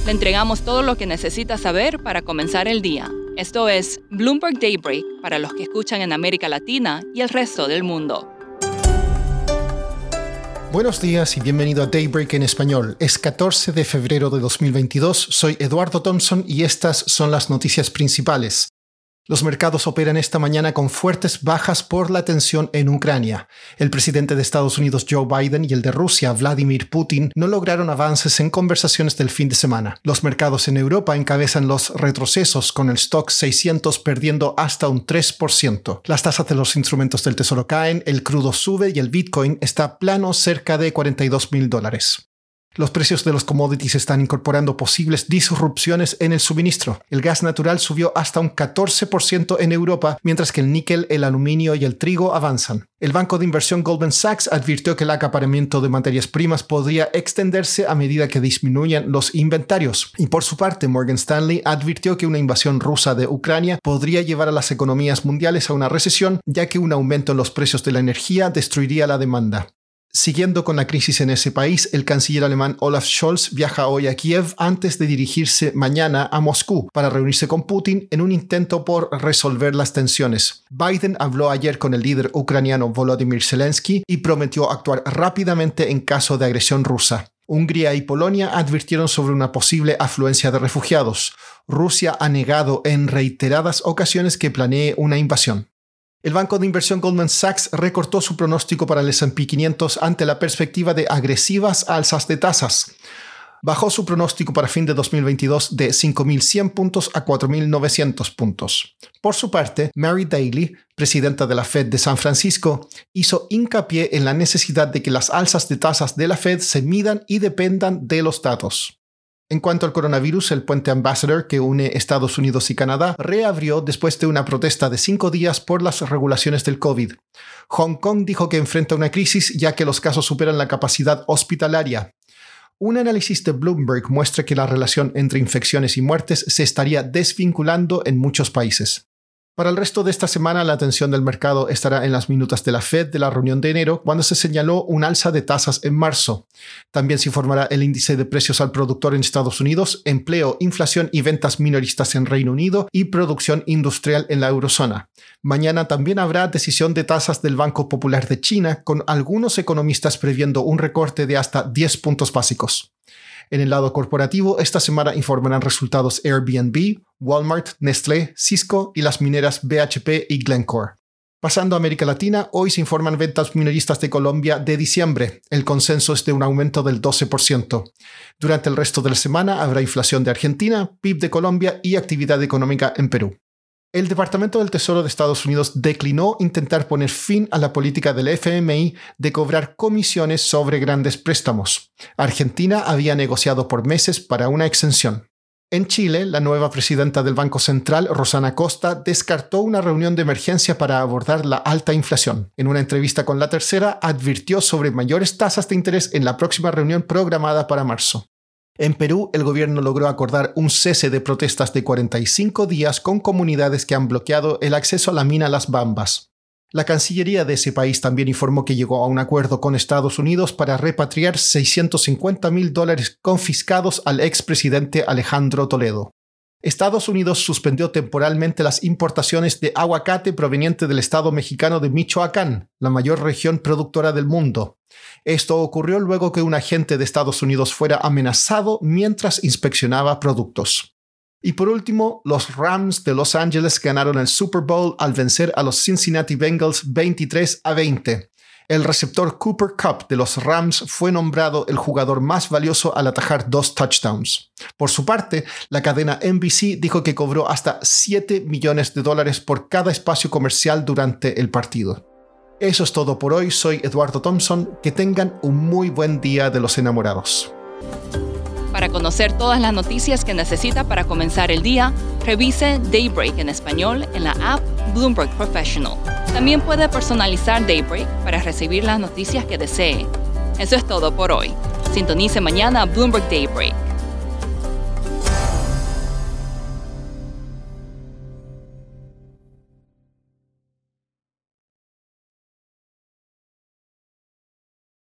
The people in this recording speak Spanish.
Le entregamos todo lo que necesita saber para comenzar el día. Esto es Bloomberg Daybreak para los que escuchan en América Latina y el resto del mundo. Buenos días y bienvenido a Daybreak en español. Es 14 de febrero de 2022, soy Eduardo Thompson y estas son las noticias principales. Los mercados operan esta mañana con fuertes bajas por la tensión en Ucrania. El presidente de Estados Unidos Joe Biden y el de Rusia Vladimir Putin no lograron avances en conversaciones del fin de semana. Los mercados en Europa encabezan los retrocesos, con el Stoxx 600 perdiendo hasta un 3%. Las tasas de los instrumentos del tesoro caen, el crudo sube y el Bitcoin está plano cerca de $42,000. Los precios de los commodities están incorporando posibles disrupciones en el suministro. El gas natural subió hasta un 14% en Europa, mientras que el níquel, el aluminio y el trigo avanzan. El banco de inversión Goldman Sachs advirtió que el acaparamiento de materias primas podría extenderse a medida que disminuyan los inventarios. Y por su parte, Morgan Stanley advirtió que una invasión rusa de Ucrania podría llevar a las economías mundiales a una recesión, ya que un aumento en los precios de la energía destruiría la demanda. Siguiendo con la crisis en ese país, el canciller alemán Olaf Scholz viaja hoy a Kiev antes de dirigirse mañana a Moscú para reunirse con Putin en un intento por resolver las tensiones. Biden habló ayer con el líder ucraniano Volodymyr Zelensky y prometió actuar rápidamente en caso de agresión rusa. Hungría y Polonia advirtieron sobre una posible afluencia de refugiados. Rusia ha negado en reiteradas ocasiones que planee una invasión. El banco de inversión Goldman Sachs recortó su pronóstico para el S&P 500 ante la perspectiva de agresivas alzas de tasas. Bajó su pronóstico para fin de 2022 de 5.100 puntos a 4.900 puntos. Por su parte, Mary Daly, presidenta de la Fed de San Francisco, hizo hincapié en la necesidad de que las alzas de tasas de la Fed se midan y dependan de los datos. En cuanto al coronavirus, el puente Ambassador que une Estados Unidos y Canadá reabrió después de una protesta de 5 días por las regulaciones del COVID. Hong Kong dijo que enfrenta una crisis ya que los casos superan la capacidad hospitalaria. Un análisis de Bloomberg muestra que la relación entre infecciones y muertes se estaría desvinculando en muchos países. Para el resto de esta semana, la atención del mercado estará en las minutas de la Fed de la reunión de enero, cuando se señaló un alza de tasas en marzo. También se informará el índice de precios al productor en Estados Unidos, empleo, inflación y ventas minoristas en Reino Unido y producción industrial en la eurozona. Mañana también habrá decisión de tasas del Banco Popular de China, con algunos economistas previendo un recorte de hasta 10 puntos básicos. En el lado corporativo, esta semana informarán resultados Airbnb, Walmart, Nestlé, Cisco y las mineras BHP y Glencore. Pasando a América Latina, hoy se informan ventas minoristas de Colombia de diciembre. El consenso es de un aumento del 12%. Durante el resto de la semana habrá inflación de Argentina, PIB de Colombia y actividad económica en Perú. El Departamento del Tesoro de Estados Unidos declinó intentar poner fin a la política del FMI de cobrar comisiones sobre grandes préstamos. Argentina había negociado por meses para una exención. En Chile, la nueva presidenta del Banco Central, Rosana Costa, descartó una reunión de emergencia para abordar la alta inflación. En una entrevista con La Tercera, advirtió sobre mayores tasas de interés en la próxima reunión programada para marzo. En Perú, el gobierno logró acordar un cese de protestas de 45 días con comunidades que han bloqueado el acceso a la mina Las Bambas. La Cancillería de ese país también informó que llegó a un acuerdo con Estados Unidos para repatriar $650,000 confiscados al expresidente Alejandro Toledo. Estados Unidos suspendió temporalmente las importaciones de aguacate proveniente del estado mexicano de Michoacán, la mayor región productora del mundo. Esto ocurrió luego que un agente de Estados Unidos fuera amenazado mientras inspeccionaba productos. Y por último, los Rams de Los Ángeles ganaron el Super Bowl al vencer a los Cincinnati Bengals 23-20. El receptor Cooper Kupp de los Rams fue nombrado el jugador más valioso al atajar 2 touchdowns. Por su parte, la cadena NBC dijo que cobró hasta $7 millones por cada espacio comercial durante el partido. Eso es todo por hoy. Soy Eduardo Thompson. Que tengan un muy buen día de los enamorados. Para conocer todas las noticias que necesita para comenzar el día, revise Daybreak en español en la app Bloomberg Professional. También puede personalizar Daybreak para recibir las noticias que desee. Eso es todo por hoy. Sintonice mañana Bloomberg Daybreak.